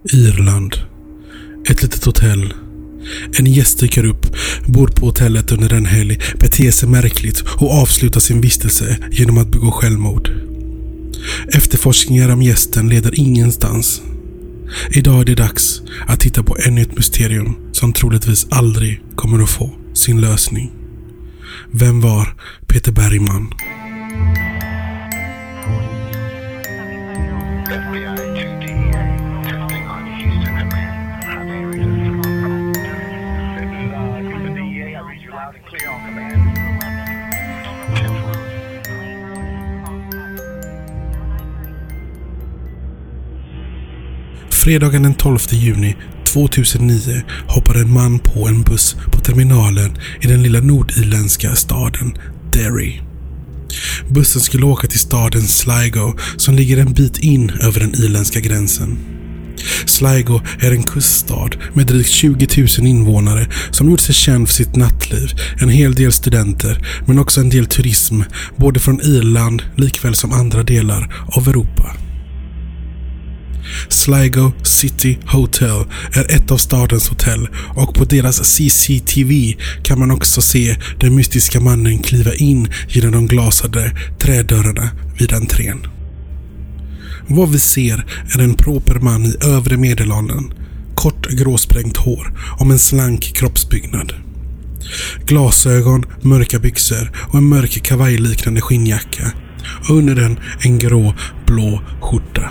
Irland. Ett litet hotell. En gäst dyker upp, bor på hotellet under en helg, beter sig märkligt och avslutar sin vistelse genom att begå självmord. Efterforskningar om gästen leder ingenstans. Idag är det dags att titta på ännu ett mysterium som troligtvis aldrig kommer att få sin lösning. Vem var Peter Bergman? Fredagen den 12 juni 2009 hoppade en man på en buss på terminalen i den lilla nordirländska staden Derry. Bussen skulle åka till staden Sligo som ligger en bit in över den irländska gränsen. Sligo är en kuststad med drygt 20 000 invånare som gjort sig känd för sitt nattliv, en hel del studenter men också en del turism både från Irland likväl som andra delar av Europa. Sligo City Hotel är ett av stadens hotell och på deras CCTV kan man också se den mystiska mannen kliva in genom de glasade trädörrarna vid entrén. Vad vi ser är en proper man i övre medelåldern, kort gråsprängt hår och en slank kroppsbyggnad. Glasögon, mörka byxor och en mörk kavajliknande skinnjacka och under den en grå-blå skjorta.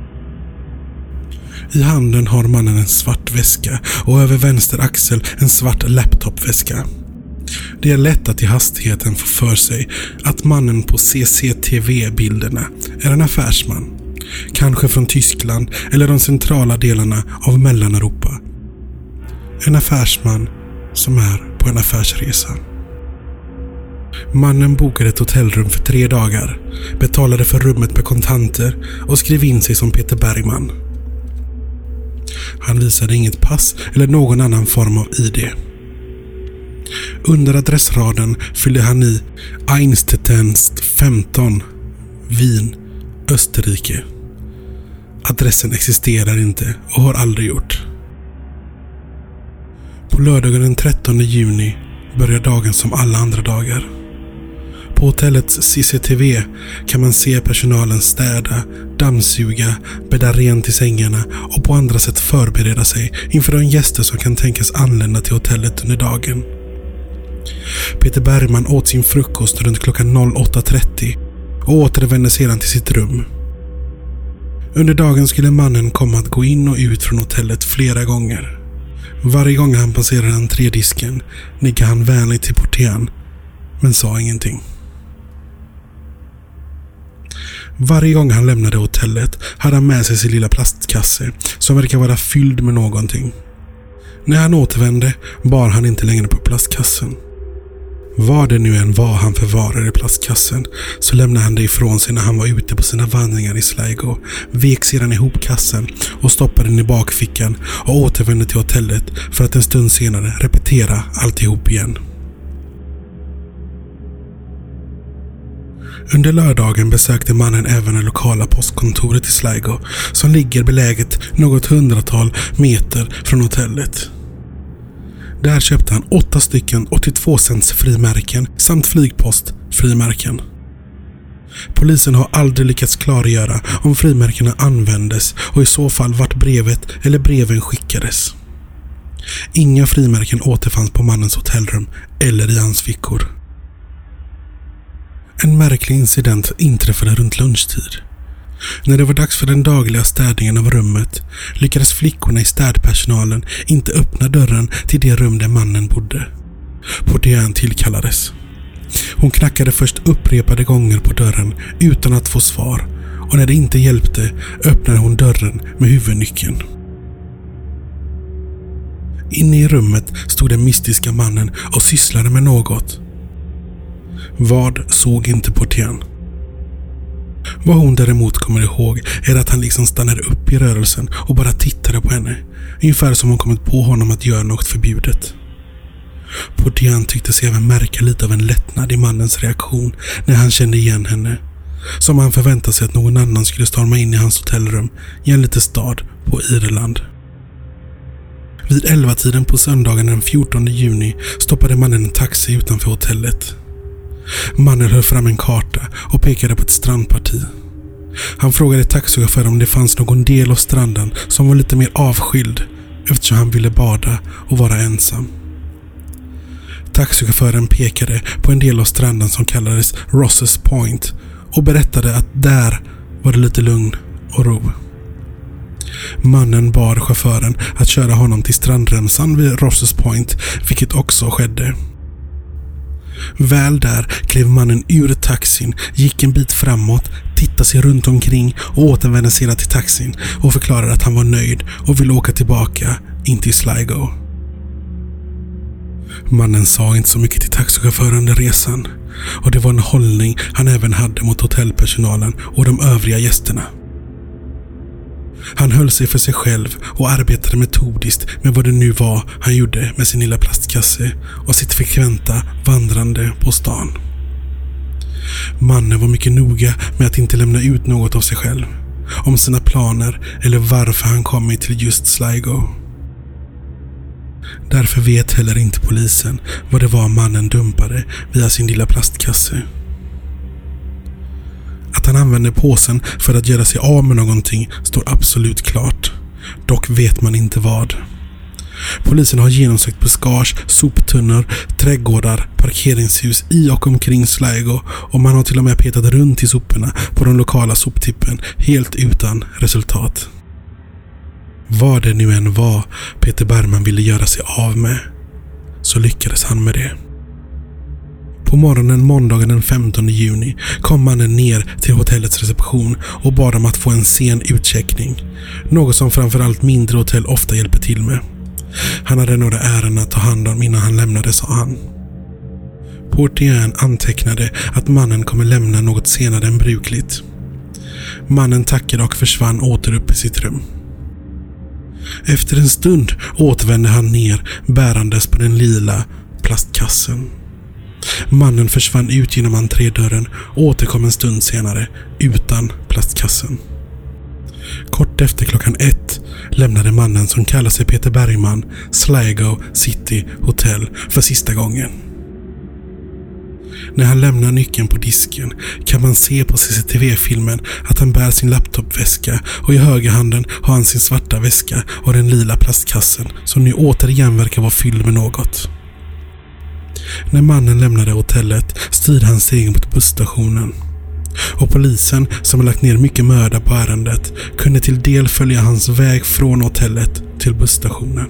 I handen har mannen en svart väska och över vänster axel en svart laptopväska. Det är lätt att i hastigheten få för sig att mannen på CCTV-bilderna är en affärsman. Kanske från Tyskland eller de centrala delarna av Mellaneuropa. En affärsman som är på en affärsresa. Mannen bokade ett hotellrum för 3 dagar, betalade för rummet med kontanter och skrev in sig som Peter Bergman. Han visade inget pass eller någon annan form av ID. Under adressraden fyllde han i Einstetenst 15, Wien, Österrike. Adressen existerar inte och har aldrig gjort. På lördagen den 13 juni börjar dagen som alla andra dagar. På hotellets CCTV kan man se personalen städa, dammsuga, bädda rent i sängarna och på andra sätt förbereda sig inför de gäster som kan tänkas anlända till hotellet under dagen. Peter Bergman åt sin frukost runt klockan 08:30 och återvände sedan till sitt rum. Under dagen skulle mannen komma att gå in och ut från hotellet flera gånger. Varje gång han passerade entrédisken nickade han vänligt till portieren men sa ingenting. Varje gång han lämnade hotellet hade han med sig sin lilla plastkasse som verkar vara fylld med någonting. När han återvände bar han inte längre på plastkassen. Vad det nu än var han förvarade i plastkassen så lämnade han det ifrån sig när han var ute på sina vandringar i Sligo, vek sedan ihop kassen och stoppade den i bakfickan och återvände till hotellet för att en stund senare repetera alltihop igen. Under lördagen besökte mannen även det lokala postkontoret i Sligo som ligger beläget något 100-tal meter från hotellet. Där köpte han 8 stycken 82 cents frimärken samt flygpost frimärken. Polisen har aldrig lyckats klargöra om frimärkena användes och i så fall vart brevet eller breven skickades. Inga frimärken återfanns på mannens hotellrum eller i hans fickor. En märklig incident inträffade runt lunchtid. När det var dags för den dagliga städningen av rummet lyckades flickorna i städpersonalen inte öppna dörren till det rum där mannen bodde. Portieren tillkallades. Hon knackade först upprepade gånger på dörren utan att få svar och när det inte hjälpte öppnade hon dörren med huvudnyckeln. Inne i rummet stod den mystiska mannen och sysslade med något. Vad såg inte portieren? Vad hon däremot kommer ihåg är att han liksom stannade upp i rörelsen och bara tittade på henne. Ungefär som hon kommit på honom att göra något förbjudet. Portieren tyckte sig även märka lite av en lättnad i mannens reaktion när han kände igen henne. som han förväntade sig att någon annan skulle storma in i hans hotellrum i en liten stad på Irland. Vid 11-tiden på söndagen den 14 juni stoppade mannen en taxi utanför hotellet. Mannen höll fram en karta och pekade på ett strandparti. Han frågade taxichauffören om det fanns någon del av stranden som var lite mer avskild eftersom han ville bada och vara ensam. Taxichauffören pekade på en del av stranden som kallades Rosses Point och berättade att där var det lite lugn och ro. Mannen bad chauffören att köra honom till strandremsan vid Rosses Point, vilket också skedde. Väl där klev mannen ur taxin, gick en bit framåt, tittade sig runt omkring och återvände sedan till taxin och förklarade att han var nöjd och ville åka tillbaka in till Sligo. Mannen sa inte så mycket till taxichauffören under resan, och det var en hållning han även hade mot hotellpersonalen och de övriga gästerna. Han höll sig för sig själv och arbetade metodiskt med vad det nu var han gjorde med sin lilla plastkasse och sitt frekventa vandrande på stan. Mannen var mycket noga med att inte lämna ut något av sig själv, om sina planer eller varför han kommit till just Sligo. Därför vet heller inte polisen vad det var mannen dumpade via sin lilla plastkasse. Att han använde påsen för att göra sig av med någonting står absolut klart. Dock vet man inte vad. Polisen har genomsökt buskage, soptunnor, trädgårdar, parkeringshus i och omkring Sligo, och man har till och med petat runt i soporna på den lokala soptippen helt utan resultat. Vad det nu än var Peter Bergman ville göra sig av med, så lyckades han med det. På morgonen måndagen den 15 juni kom mannen ner till hotellets reception och bad om att få en sen utcheckning, något som framförallt mindre hotell ofta hjälper till med. Han hade några ärenden att ta hand om innan han lämnade, sa han. Portieren antecknade att mannen kommer lämna något senare än brukligt. Mannen tackade och försvann åter upp i sitt rum. Efter en stund återvände han ner bärandes på den lila plastkassen. Mannen försvann ut genom entrédörren och återkom en stund senare utan plastkassen. Kort efter klockan 1 lämnade mannen som kallar sig Peter Bergman Sligo City Hotel för sista gången. När han lämnar nyckeln på disken kan man se på CCTV-filmen att han bär sin laptopväska, och i högerhanden har han sin svarta väska och den lila plastkassen som nu återigen verkar vara fylld med något. När mannen lämnade hotellet styrde han stegen mot busstationen, och polisen som har lagt ner mycket möda på ärendet kunde till del följa hans väg från hotellet till busstationen.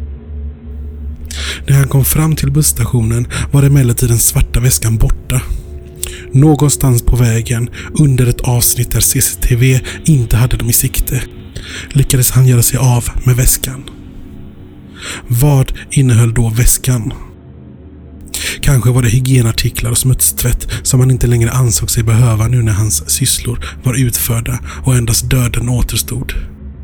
När han kom fram till busstationen var emellertid den svarta väskan borta. Någonstans på vägen, under ett avsnitt där CCTV inte hade dem i sikte, lyckades han göra sig av med väskan. Vad innehöll då väskan? Kanske var det hygienartiklar och smutstvätt som han inte längre ansåg sig behöva nu när hans sysslor var utförda och endast döden återstod.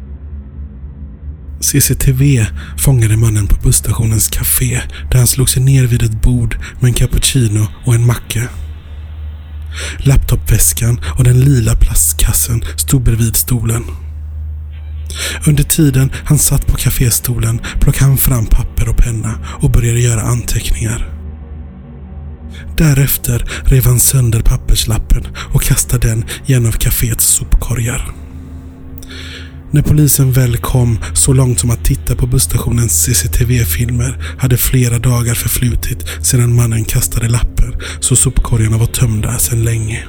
CCTV fångade mannen på busstationens café där han slog sig ner vid ett bord med en cappuccino och en macka. Laptopväskan och den lila plastkassen stod bredvid stolen. Under tiden han satt på kaféstolen plockade han fram papper och penna och började göra anteckningar. Därefter rev han sönder papperslappen och kastade den i en av kaféets sopkorgar. När polisen väl kom så långt som att titta på busstationens CCTV-filmer hade flera dagar förflutit sedan mannen kastade lappen, så sopkorgarna var tömda sedan länge.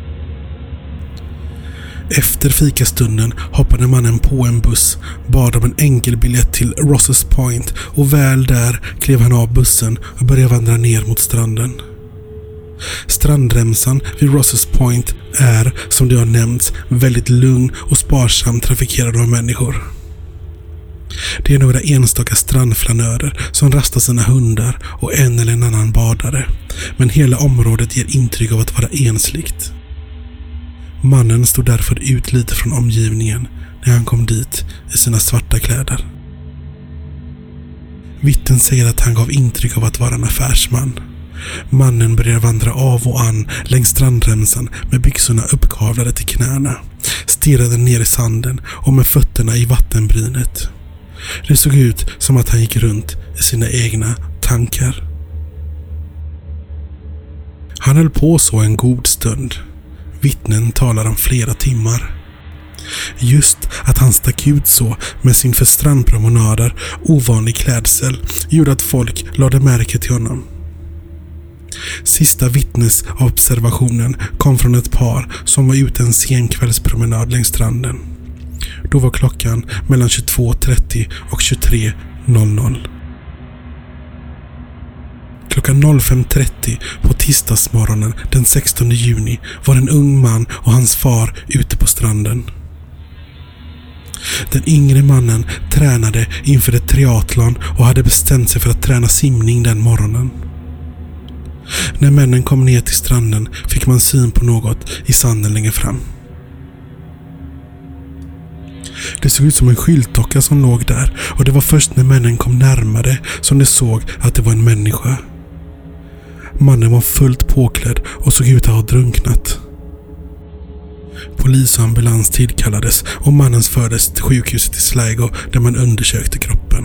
Efter fikastunden hoppade mannen på en buss, bad om en enkel biljett till Rosses Point, och väl där klev han av bussen och började vandra ner mot stranden. Strandremsan vid Rosses Point är, som det har nämnts, väldigt lugn och sparsamt trafikerad av människor. Det är några enstaka strandflanörer som rastar sina hundar och en eller en annan badare, men hela området ger intryck av att vara ensligt. Mannen stod därför ut lite från omgivningen när han kom dit i sina svarta kläder. Vittnen säger att han gav intryck av att vara en affärsman. Mannen börjar vandra av och an längs strandremsan med byxorna uppkavlade till knäna, stirrade ner i sanden och med fötterna i vattenbrynet. Det såg ut som att han gick runt i sina egna tankar. Han höll på så en god stund. Vittnen talar om flera timmar. Just att han stack ut så med sin för strandpromenader ovanlig klädsel gjorde att folk lade märke till honom. Sista vittnesobservationen kom från ett par som var ute en sen kvällspromenad längs stranden. Då var klockan mellan 22:30 och 23:00. Klockan 05:30 på tisdagsmorgonen den 16 juni var en ung man och hans far ute på stranden. Den yngre mannen tränade inför ett triathlon och hade bestämt sig för att träna simning den morgonen. När männen kom ner till stranden fick man syn på något i sanden längre fram. Det såg ut som en skyltdocka som låg där, och det var först när männen kom närmare som de såg att det var en människa. Mannen var fullt påklädd och såg ut att ha drunknat. Polis och ambulans tillkallades och mannen fördes till sjukhuset i Sligo där man undersökte kroppen.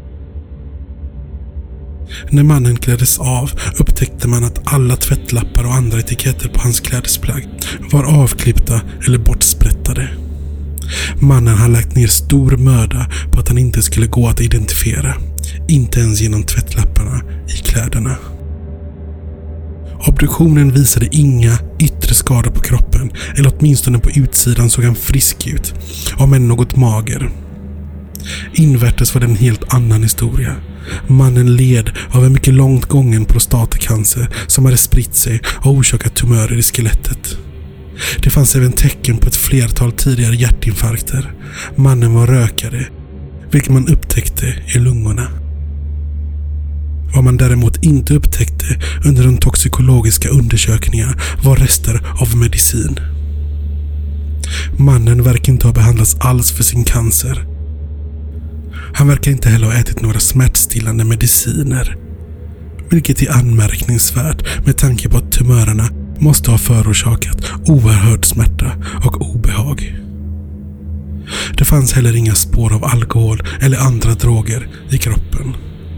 När mannen kläddes av upptäckte man att alla tvättlappar och andra etiketter på hans klädesplagg var avklippta eller bortsprättade. Mannen hade lagt ner stor möda på att han inte skulle gå att identifiera, inte ens genom tvättlapparna i kläderna. Obduktionen visade inga yttre skador på kroppen, eller åtminstone på utsidan såg han frisk ut, om än något mager. Invärtes var det en helt annan historia. Mannen led av en mycket långt gången prostatacancer som hade spritt sig och orsakat tumörer i skelettet. Det fanns även tecken på ett flertal tidigare hjärtinfarkter. Mannen var rökare, vilket man upptäckte i lungorna. Vad man däremot inte upptäckte under de toxikologiska undersökningarna var rester av medicin. Mannen verkar inte ha behandlats alls för sin cancer. Han verkar inte heller ha ätit några smärtstillande mediciner, vilket är anmärkningsvärt med tanke på att tumörerna måste ha förorsakat oerhörd smärta och obehag. Det fanns heller inga spår av alkohol eller andra droger i kroppen.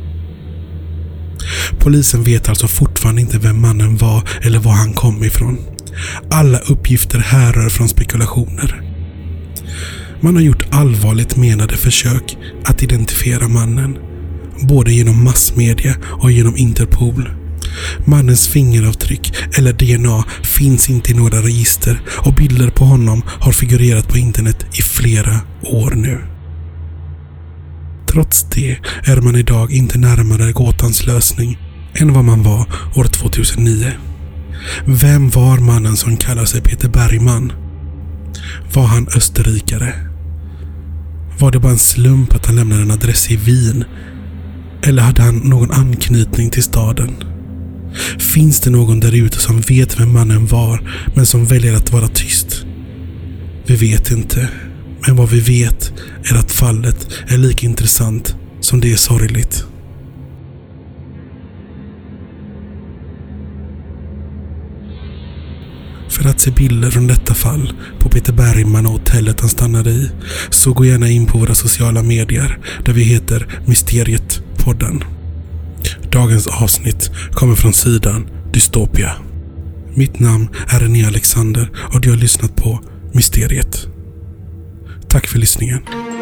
Polisen vet alltså fortfarande inte vem mannen var eller var han kom ifrån. Alla uppgifter härrör från spekulationer. Man har gjort allvarligt menade försök att identifiera mannen, både genom massmedia och genom Interpol. Mannens fingeravtryck eller DNA finns inte i några register och bilder på honom har figurerat på internet i flera år nu. Trots det är man idag inte närmare gåtans lösning än vad man var år 2009. Vem var mannen som kallar sig Peter Bergman? Var han österrikare? Var det bara en slump att han lämnade en adress i Wien? Eller hade han någon anknytning till staden? Finns det någon där ute som vet vem mannen var men som väljer att vara tyst? Vi vet inte. Men vad vi vet är att fallet är lika intressant som det är sorgligt. För att se bilder från detta fall på Peter Bergman och hotellet han stannade i, så gå gärna in på våra sociala medier där vi heter Mysteriet-podden. Dagens avsnitt kommer från sidan Dystopia. Mitt namn är René Alexander och du har lyssnat på Mysteriet. Tack för lyssningen.